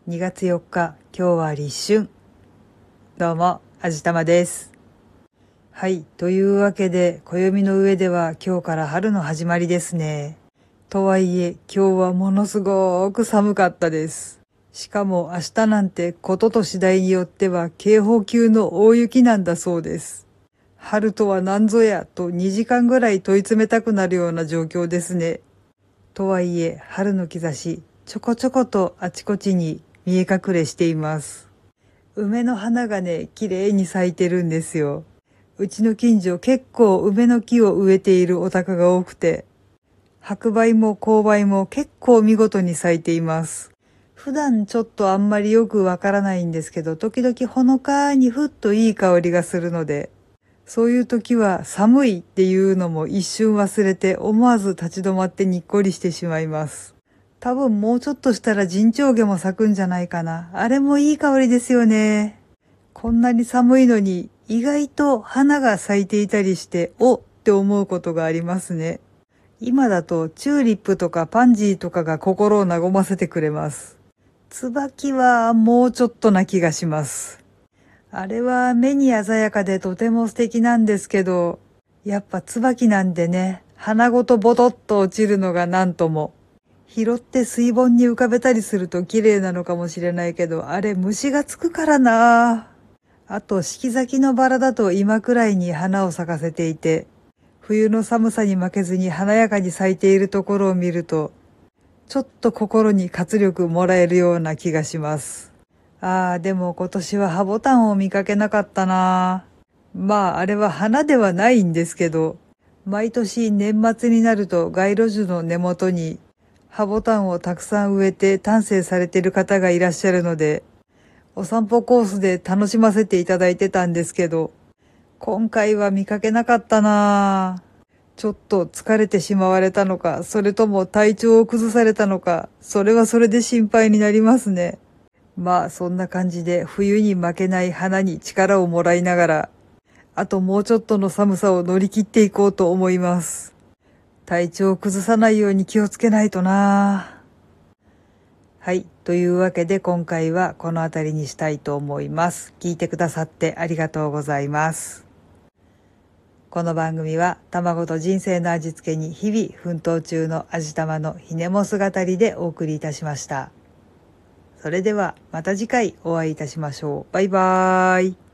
2月4日、今日は立春。どうも、あじたまです。はい、というわけで、暦の上では今日から春の始まりですね。とはいえ、今日はものすごく寒かったです。しかも明日なんてことと次第によっては警報級の大雪なんだそうです。春とは何ぞやと2時間ぐらい問い詰めたくなるような状況ですね。とはいえ、春の兆し、ちょこちょことあちこちに見え隠れしています。梅の花がね、綺麗に咲いてるんですよ。うちの近所結構梅の木を植えているお宅が多くて、白梅も紅梅も結構見事に咲いています。普段ちょっとあんまりよくわからないんですけど、時々ほのかにふっといい香りがするので、そういう時は寒いっていうのも一瞬忘れて思わず立ち止まってにっこりしてしまいます。多分もうちょっとしたら陣長毛も咲くんじゃないかな。あれもいい香りですよね。こんなに寒いのに意外と花が咲いていたりしておって思うことがありますね。今だとチューリップとかパンジーとかが心を和ませてくれます。椿はもうちょっとな気がします。あれは目に鮮やかでとても素敵なんですけど、やっぱ椿なんでね、花ごとボトッと落ちるのがなんとも。拾って水盆に浮かべたりすると綺麗なのかもしれないけど、あれ虫がつくからな。あと四季咲きのバラだと今くらいに花を咲かせていて、冬の寒さに負けずに華やかに咲いているところを見ると、ちょっと心に活力もらえるような気がします。でも今年はハボタンを見かけなかったな。まあ、あれは花ではないんですけど、毎年年末になると街路樹の根元にハボタンをたくさん植えて丹精されている方がいらっしゃるので、お散歩コースで楽しませていただいてたんですけど、今回は見かけなかったな。ちょっと疲れてしまわれたのか、それとも体調を崩されたのか、それはそれで心配になりますね。まあそんな感じで冬に負けない花に力をもらいながら、あともうちょっとの寒さを乗り切っていこうと思います。体調を崩さないように気をつけないとな。はい。というわけで今回はこの辺りにしたいと思います。聞いてくださってありがとうございます。この番組は卵と人生の味付けに日々奮闘中の味玉のひねも姿りでお送りいたしました。それではまた次回お会いいたしましょう。バイバーイ。